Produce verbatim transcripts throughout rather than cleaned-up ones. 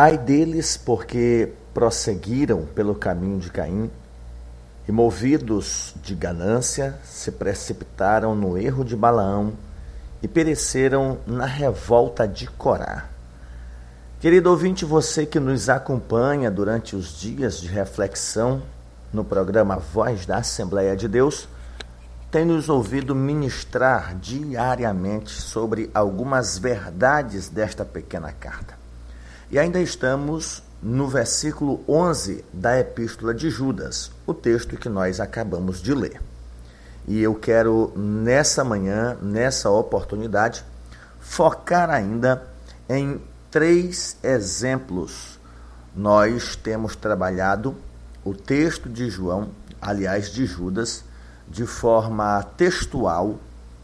Ai deles, porque prosseguiram pelo caminho de Caim e, movidos de ganância, se precipitaram no erro de Balaão e pereceram na revolta de Corá. Querido ouvinte, você que nos acompanha durante os dias de reflexão no programa Voz da Assembleia de Deus, tem nos ouvido ministrar diariamente sobre algumas verdades desta pequena carta. E ainda estamos no versículo onze da Epístola de Judas, o texto que nós acabamos de ler. E eu quero, nessa manhã, nessa oportunidade, focar ainda em três exemplos. Nós temos trabalhado o texto de João, aliás, de Judas, de forma textual,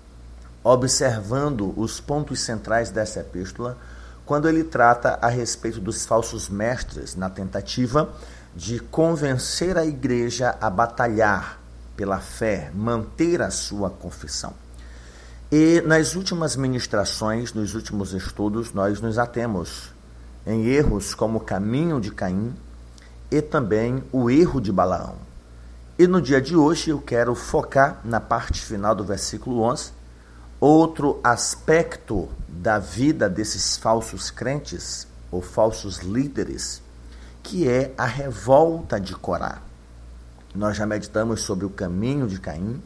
observando os pontos centrais dessa epístola, quando ele trata a respeito dos falsos mestres na tentativa de convencer a igreja a batalhar pela fé, manter a sua confissão. E nas últimas ministrações, nos últimos estudos, nós nos atemos em erros como o caminho de Caim e também o erro de Balaão. E no dia de hoje eu quero focar na parte final do versículo onze, outro aspecto da vida desses falsos crentes ou falsos líderes, que é a revolta de Corá. Nós já meditamos sobre o caminho de Caim,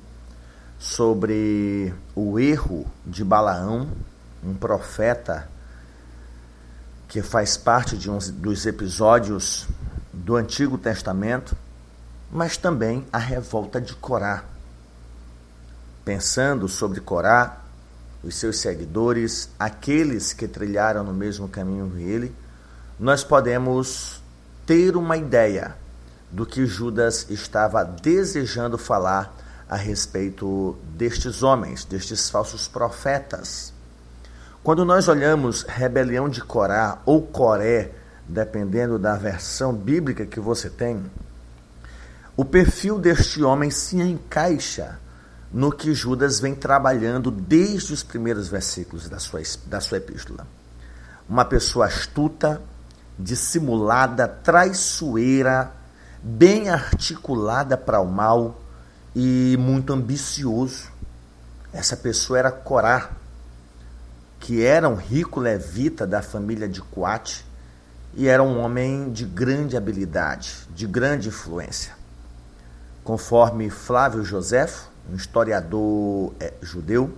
sobre o erro de Balaão, um profeta que faz parte de um dos episódios do Antigo Testamento, mas também a revolta de Corá. Pensando sobre Corá, os seus seguidores, aqueles que trilharam no mesmo caminho que ele, nós podemos ter uma ideia do que Judas estava desejando falar a respeito destes homens, destes falsos profetas. Quando nós olhamos rebelião de Corá ou Coré, dependendo da versão bíblica que você tem, o perfil deste homem se encaixa no que Judas vem trabalhando desde os primeiros versículos da sua, da sua epístola. Uma pessoa astuta, dissimulada, traiçoeira, bem articulada para o mal e muito ambicioso. Essa pessoa era Corá, que era um rico levita da família de Coate e era um homem de grande habilidade, de grande influência. Conforme Flávio Joséfo, um historiador é, judeu,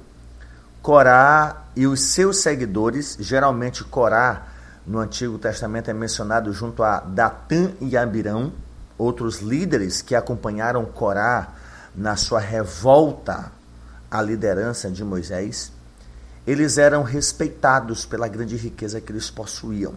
Corá e os seus seguidores, geralmente Corá no Antigo Testamento é mencionado junto a Datã e Abirão, outros líderes que acompanharam Corá na sua revolta à liderança de Moisés. Eles eram respeitados pela grande riqueza que eles possuíam.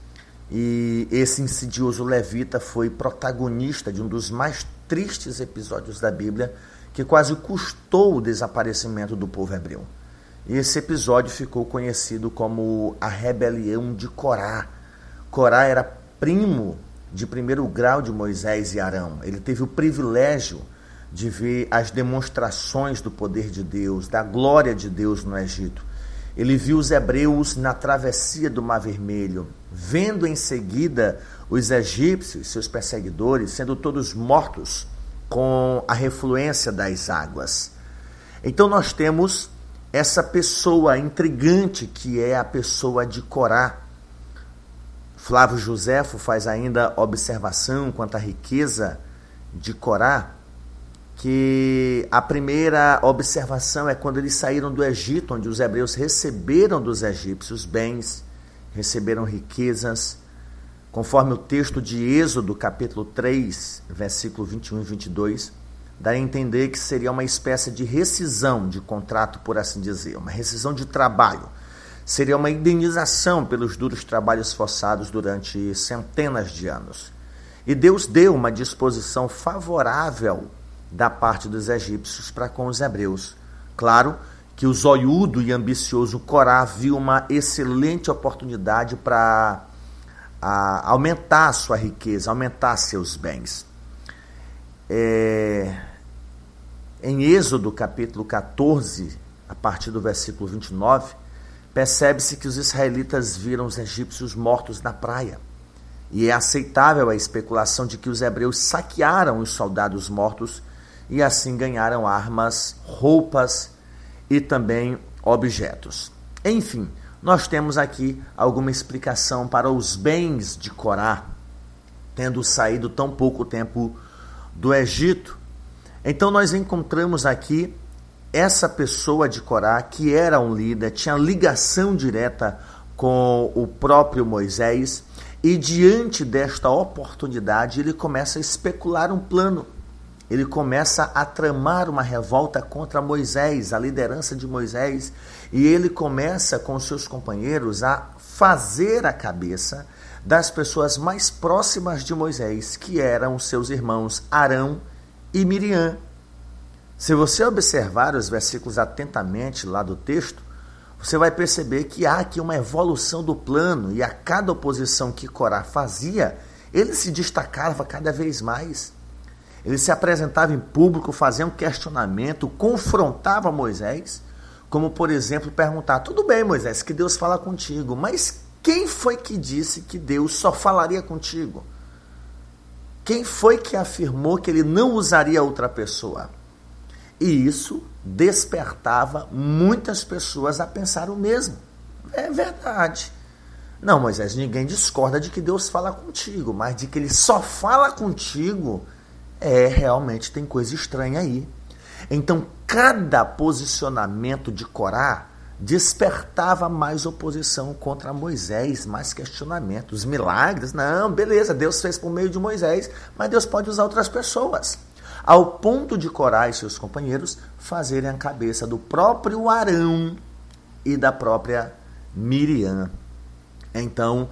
E esse insidioso levita foi protagonista de um dos mais tristes episódios da Bíblia, que quase custou o desaparecimento do povo hebreu. E esse episódio ficou conhecido como a rebelião de Corá. Corá era primo de primeiro grau de Moisés e Arão. Ele teve o privilégio de ver as demonstrações do poder de Deus, da glória de Deus no Egito. Ele viu os hebreus na travessia do Mar Vermelho, vendo em seguida os egípcios, seus perseguidores, sendo todos mortos com a refluência das águas. Então nós temos essa pessoa intrigante que é a pessoa de Corá. Flávio Joséfo faz ainda observação quanto à riqueza de Corá, que a primeira observação é quando eles saíram do Egito, onde os hebreus receberam dos egípcios bens, receberam riquezas, conforme o texto de Êxodo, capítulo três, versículo vinte e um e vinte e dois, dá a entender que seria uma espécie de rescisão de contrato, por assim dizer, uma rescisão de trabalho. Seria uma indenização pelos duros trabalhos forçados durante centenas de anos. E Deus deu uma disposição favorável da parte dos egípcios para com os hebreus. Claro que o zoiudo e ambicioso Corá viu uma excelente oportunidade para a, aumentar a sua riqueza, aumentar seus bens. É, em Êxodo capítulo catorze, a partir do versículo vinte e nove, percebe-se que os israelitas viram os egípcios mortos na praia. E é aceitável a especulação de que os hebreus saquearam os soldados mortos e assim ganharam armas, roupas e também objetos. Enfim, nós temos aqui alguma explicação para os bens de Corá, tendo saído tão pouco tempo do Egito. Então nós encontramos aqui essa pessoa de Corá, que era um líder, tinha ligação direta com o próprio Moisés, e diante desta oportunidade ele começa a especular um plano. Ele começa a tramar uma revolta contra Moisés, a liderança de Moisés, e ele começa com seus companheiros a fazer a cabeça das pessoas mais próximas de Moisés, que eram seus irmãos Arão e Miriam. Se você observar os versículos atentamente lá do texto, você vai perceber que há aqui uma evolução do plano, e a cada oposição que Corá fazia, ele se destacava cada vez mais. Ele se apresentava em público, fazia um questionamento, confrontava Moisés, como, por exemplo, perguntar: tudo bem, Moisés, que Deus fala contigo, mas quem foi que disse que Deus só falaria contigo? Quem foi que afirmou que ele não usaria outra pessoa? E isso despertava muitas pessoas a pensar o mesmo. É verdade. Não, Moisés, ninguém discorda de que Deus fala contigo, mas de que ele só fala contigo, é, realmente tem coisa estranha aí. Então, cada posicionamento de Corá despertava mais oposição contra Moisés, mais questionamentos, milagres. Não, beleza, Deus fez por meio de Moisés, mas Deus pode usar outras pessoas. Ao ponto de Corá e seus companheiros fazerem a cabeça do próprio Arão e da própria Miriam. Então,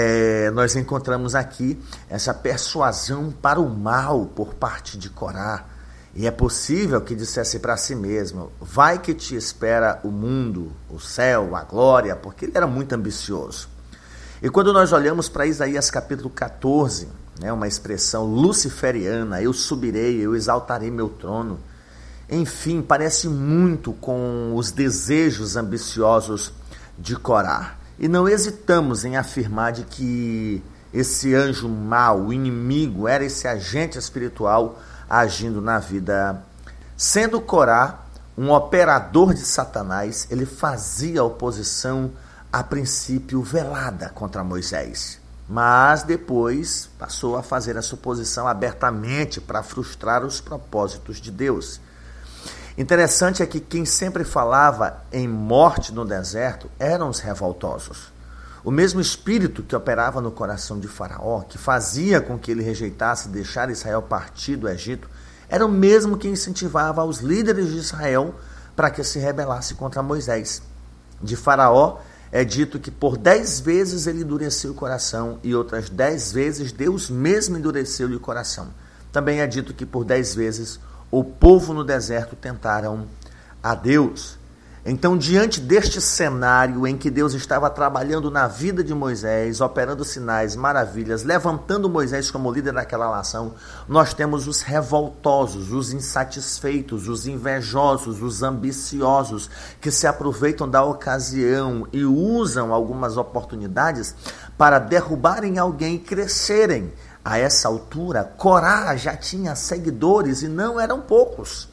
é, nós encontramos aqui essa persuasão para o mal por parte de Corá. E é possível que dissesse para si mesmo: vai que te espera o mundo, o céu, a glória, porque ele era muito ambicioso. E quando nós olhamos para Isaías capítulo quatorze, né, uma expressão luciferiana: eu subirei, eu exaltarei meu trono. Enfim, parece muito com os desejos ambiciosos de Corá. E não hesitamos em afirmar de que esse anjo mau, o inimigo, era esse agente espiritual agindo na vida. Sendo Corá um operador de Satanás, ele fazia oposição, a princípio velada, contra Moisés. Mas depois passou a fazer essa oposição abertamente para frustrar os propósitos de Deus. Interessante é que quem sempre falava em morte no deserto eram os revoltosos. O mesmo espírito que operava no coração de Faraó, que fazia com que ele rejeitasse deixar Israel partir do Egito, era o mesmo que incentivava os líderes de Israel para que se rebelasse contra Moisés. De Faraó é dito que por dez vezes ele endureceu o coração e outras dez vezes Deus mesmo endureceu-lhe o coração. Também é dito que por dez vezes o povo no deserto tentaram a Deus. Então, diante deste cenário em que Deus estava trabalhando na vida de Moisés, operando sinais, maravilhas, levantando Moisés como líder daquela nação, nós temos os revoltosos, os insatisfeitos, os invejosos, os ambiciosos, que se aproveitam da ocasião e usam algumas oportunidades para derrubarem alguém e crescerem. A essa altura, Corá já tinha seguidores e não eram poucos.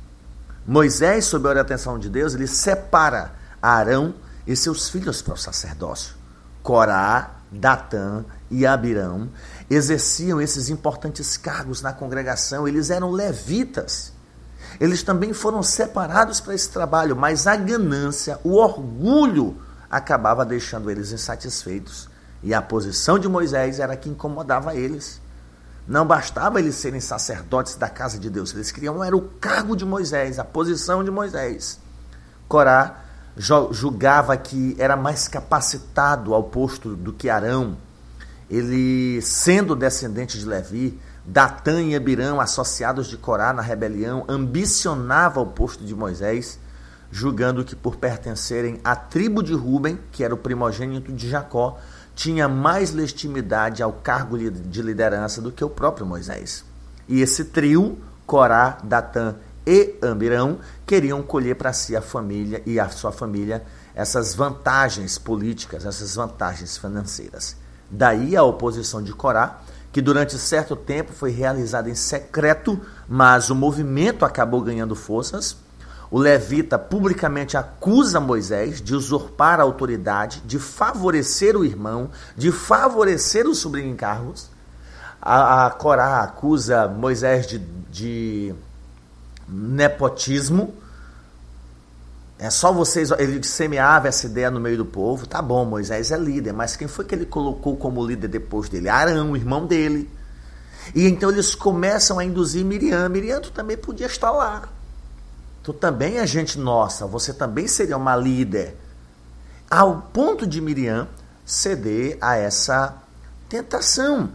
Moisés, sob a orientação de Deus, ele separa Arão e seus filhos para o sacerdócio. Corá, Datã e Abirão exerciam esses importantes cargos na congregação. Eles eram levitas. Eles também foram separados para esse trabalho, mas a ganância, o orgulho, acabava deixando eles insatisfeitos. E a posição de Moisés era que incomodava eles. Não bastava eles serem sacerdotes da casa de Deus, eles queriam, era o cargo de Moisés, a posição de Moisés. Corá julgava que era mais capacitado ao posto do que Arão. Ele, sendo descendente de Levi, Datã e Abirão, associados de Corá na rebelião, ambicionava o posto de Moisés, julgando que por pertencerem à tribo de Ruben, que era o primogênito de Jacó, tinha mais legitimidade ao cargo de liderança do que o próprio Moisés. E esse trio, Corá, Datã e Abirão, queriam colher para si a família e a sua família essas vantagens políticas, essas vantagens financeiras. Daí a oposição de Corá, que durante certo tempo foi realizada em secreto, mas o movimento acabou ganhando forças. O levita publicamente acusa Moisés de usurpar a autoridade, de favorecer o irmão, de favorecer o sobrinho em cargos. A, a Corá acusa Moisés de, de nepotismo. É só vocês, ele semeava essa ideia no meio do povo. Tá bom, Moisés é líder, mas quem foi que ele colocou como líder depois dele? Arão, o irmão dele. E então eles começam a induzir Miriam. Miriam, tu também podia estar lá. Tu também é gente nossa, você também seria uma líder. Ao ponto de Miriam ceder a essa tentação.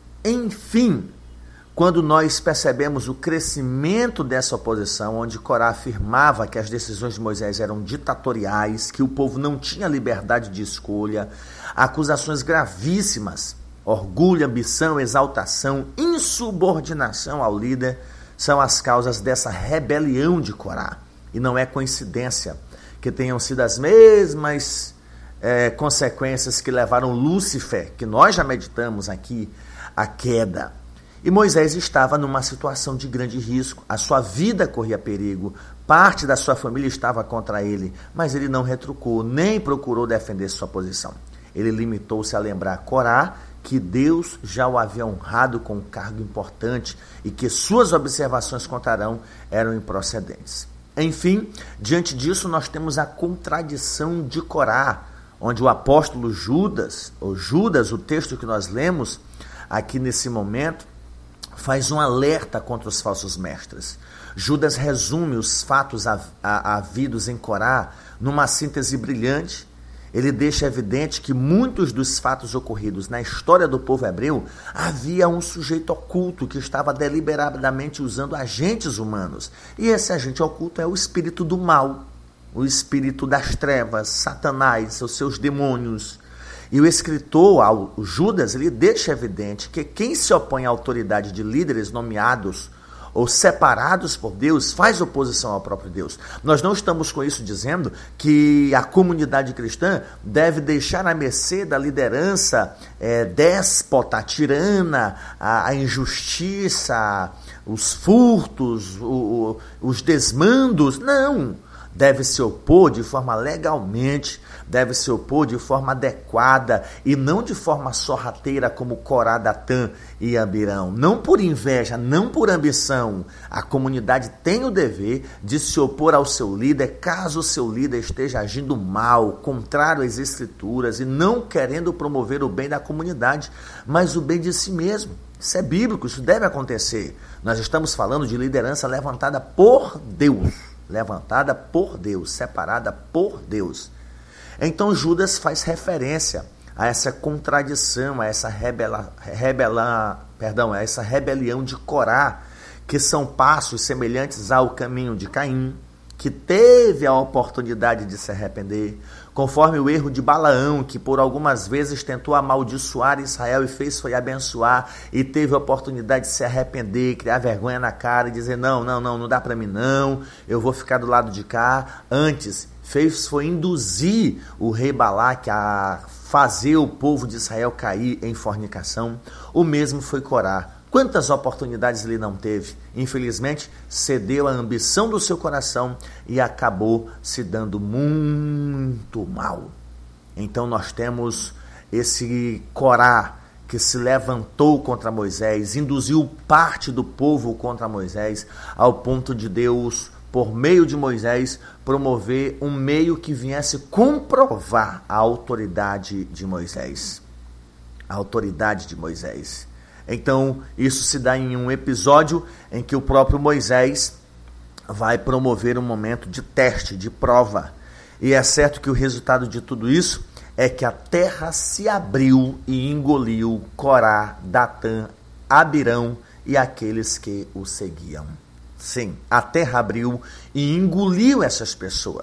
Enfim, quando nós percebemos o crescimento dessa oposição, onde Corá afirmava que as decisões de Moisés eram ditatoriais, que o povo não tinha liberdade de escolha, acusações gravíssimas, orgulho, ambição, exaltação, insubordinação ao líder, são as causas dessa rebelião de Corá. E não é coincidência que tenham sido as mesmas é, consequências que levaram Lúcifer, que nós já meditamos aqui, à queda. E Moisés estava numa situação de grande risco, a sua vida corria perigo, parte da sua família estava contra ele, mas ele não retrucou, nem procurou defender sua posição. Ele limitou-se a lembrar Corá que Deus já o havia honrado com um cargo importante e que suas observações contra Arão eram improcedentes. Enfim, diante disso nós temos a contradição de Corá, onde o apóstolo Judas, ou Judas, o texto que nós lemos aqui nesse momento, faz um alerta contra os falsos mestres. Judas resume os fatos havidos em Corá numa síntese brilhante. Ele deixa evidente que muitos dos fatos ocorridos na história do povo hebreu havia um sujeito oculto que estava deliberadamente usando agentes humanos. E esse agente oculto é o espírito do mal, o espírito das trevas, Satanás, os seus demônios. E o escritor, ao Judas, ele deixa evidente que quem se opõe à autoridade de líderes nomeados ou separados por Deus, faz oposição ao próprio Deus. Nós não estamos com isso dizendo que a comunidade cristã deve deixar à mercê da liderança é, déspota, tirana, a, a injustiça, os furtos, o, o, os desmandos. Não! Deve se opor de forma legalmente, deve se opor de forma adequada e não de forma sorrateira como Corá, Datã e Abirão. Não por inveja, não por ambição. A comunidade tem o dever de se opor ao seu líder caso o seu líder esteja agindo mal, contrário às escrituras e não querendo promover o bem da comunidade, mas o bem de si mesmo. Isso é bíblico, isso deve acontecer. Nós estamos falando de liderança levantada por Deus. Levantada por Deus, separada por Deus. Então Judas faz referência a essa contradição, a essa rebela, rebela, perdão, a essa rebelião de Corá, que são passos semelhantes ao caminho de Caim, que teve a oportunidade de se arrepender, conforme o erro de Balaão, que por algumas vezes tentou amaldiçoar Israel e fez foi abençoar, e teve a oportunidade de se arrepender, criar vergonha na cara e dizer, não, não, não, não dá para mim não, eu vou ficar do lado de cá. Antes, fez foi induzir o rei Balaque a fazer o povo de Israel cair em fornicação. O mesmo foi Corá. Quantas oportunidades ele não teve? Infelizmente, cedeu à ambição do seu coração e acabou se dando muito mal. Então nós temos esse Corá que se levantou contra Moisés, induziu parte do povo contra Moisés, ao ponto de Deus, por meio de Moisés, promover um meio que viesse comprovar a autoridade de Moisés. A autoridade de Moisés. Então, isso se dá em um episódio em que o próprio Moisés vai promover um momento de teste, de prova. E é certo que o resultado de tudo isso é que a terra se abriu e engoliu Corá, Datã, Abirão e aqueles que o seguiam. Sim, a terra abriu e engoliu essas pessoas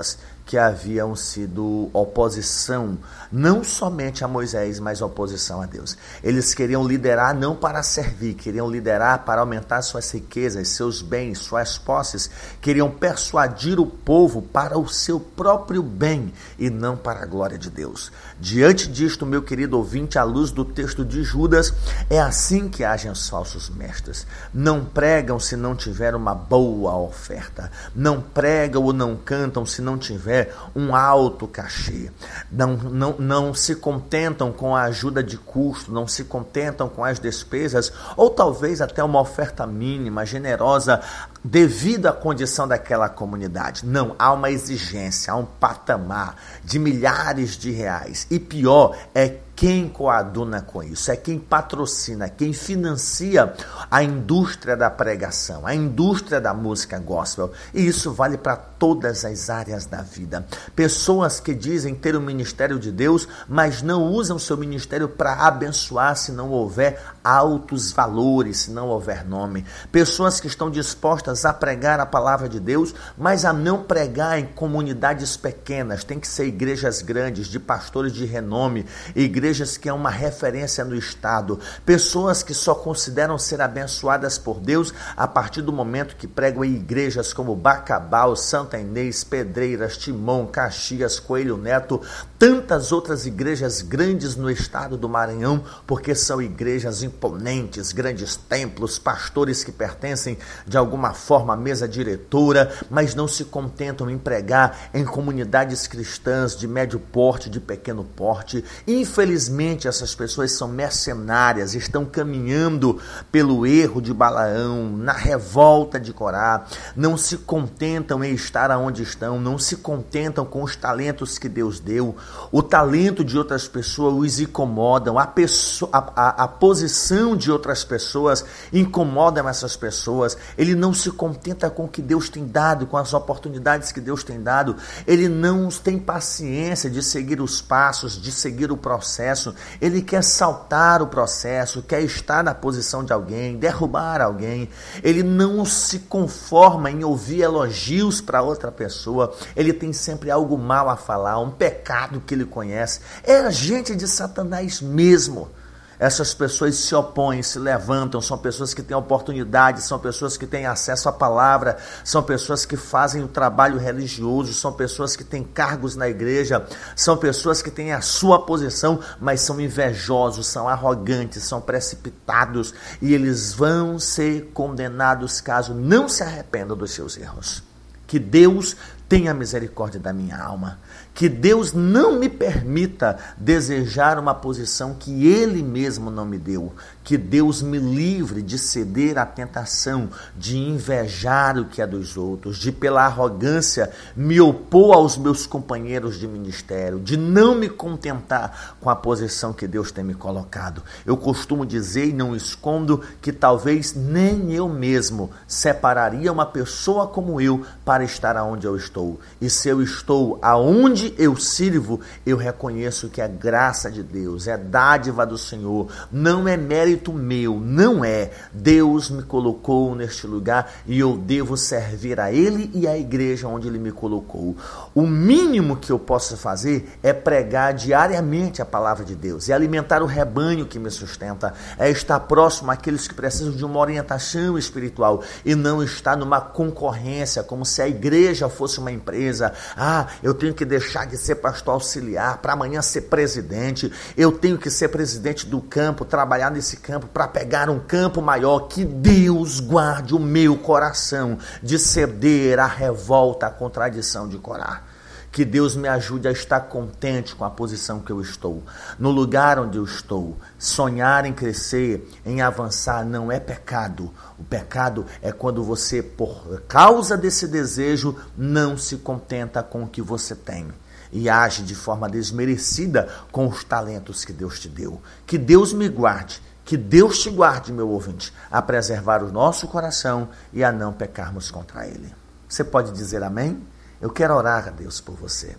que haviam sido oposição, não somente a Moisés, mas oposição a Deus. Eles queriam liderar não para servir, queriam liderar para aumentar suas riquezas, seus bens, suas posses, queriam persuadir o povo para o seu próprio bem e não para a glória de Deus. Diante disto, meu querido ouvinte, à luz do texto de Judas, é assim que agem os falsos mestres. Não pregam se não tiver uma boa oferta, não pregam ou não cantam se não tiver um alto cachê, não, não, não se contentam com a ajuda de custo, não se contentam com as despesas, ou talvez até uma oferta mínima, generosa, devido à condição daquela comunidade. Não, há uma exigência, há um patamar de milhares de reais. E pior é quem coaduna com isso, é quem patrocina, quem financia a indústria da pregação, a indústria da música gospel. E isso vale para todas as áreas da vida. Pessoas que dizem ter o ministério de Deus, mas não usam seu ministério para abençoar se não houver altos valores, se não houver nome. Pessoas que estão dispostas a pregar a palavra de Deus, mas a não pregar em comunidades pequenas. Tem que ser igrejas grandes, de pastores de renome, igrejas que é uma referência no estado, pessoas que só consideram ser abençoadas por Deus a partir do momento que pregam em igrejas como Bacabal, Santa Inês, Pedreiras, Timon, Caxias, Coelho Neto, tantas outras igrejas grandes no estado do Maranhão, porque são igrejas imponentes, grandes templos, pastores que pertencem de alguma forma à mesa diretora, mas não se contentam em pregar em comunidades cristãs de médio porte, de pequeno porte. Infelizmente, Infelizmente, essas pessoas são mercenárias, estão caminhando pelo erro de Balaão, na revolta de Corá, não se contentam em estar onde estão, não se contentam com os talentos que Deus deu. O talento de outras pessoas os incomodam, a, pessoa, a, a, a posição de outras pessoas incomodam essas pessoas. Ele não se contenta com o que Deus tem dado, com as oportunidades que Deus tem dado. Ele não tem paciência de seguir os passos, de seguir o processo. Ele quer saltar o processo, quer estar na posição de alguém, derrubar alguém. Ele não se conforma em ouvir elogios para outra pessoa. Ele tem sempre algo mal a falar, um pecado que ele conhece. É agente de Satanás mesmo. Essas pessoas se opõem, se levantam, são pessoas que têm oportunidade, são pessoas que têm acesso à palavra, são pessoas que fazem o trabalho religioso, são pessoas que têm cargos na igreja, são pessoas que têm a sua posição, mas são invejosos, são arrogantes, são precipitados e eles vão ser condenados caso não se arrependam dos seus erros. Que Deus tenha misericórdia da minha alma. Que Deus não me permita desejar uma posição que Ele mesmo não me deu. Que Deus me livre de ceder à tentação, de invejar o que é dos outros, de pela arrogância me opor aos meus companheiros de ministério, de não me contentar com a posição que Deus tem me colocado. Eu costumo dizer e não escondo que talvez nem eu mesmo separaria uma pessoa como eu para estar aonde eu estou. E se eu estou aonde eu sirvo, eu reconheço que é graça de Deus, é dádiva do Senhor, não é mérito meu, não é. Deus me colocou neste lugar e eu devo servir a Ele e à igreja onde Ele me colocou. O mínimo que eu posso fazer é pregar diariamente a palavra de Deus, é alimentar o rebanho que me sustenta, é estar próximo àqueles que precisam de uma orientação espiritual e não estar numa concorrência, como se a igreja fosse uma empresa. Ah, eu tenho que deixar de ser pastor auxiliar para amanhã ser presidente, eu tenho que ser presidente do campo, trabalhar nesse campo para pegar um campo maior. Que Deus guarde o meu coração de ceder à revolta, à contradição de Corá. Que Deus me ajude a estar contente com a posição que eu estou, no lugar onde eu estou. Sonhar em crescer, em avançar, não é pecado. O pecado é quando você, por causa desse desejo, não se contenta com o que você tem e age de forma desmerecida com os talentos que Deus te deu. Que Deus me guarde, que Deus te guarde, meu ouvinte, a preservar o nosso coração e a não pecarmos contra Ele. Você pode dizer amém? Eu quero orar a Deus por você.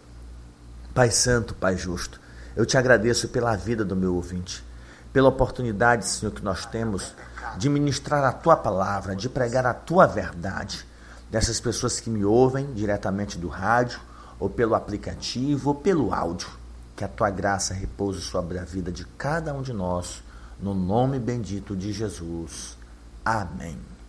Pai Santo, Pai Justo, eu te agradeço pela vida do meu ouvinte, pela oportunidade, Senhor, que nós temos de ministrar a Tua palavra, de pregar a Tua verdade, dessas pessoas que me ouvem diretamente do rádio ou pelo aplicativo, ou pelo áudio. Que a tua graça repouse sobre a vida de cada um de nós, no nome bendito de Jesus. Amém.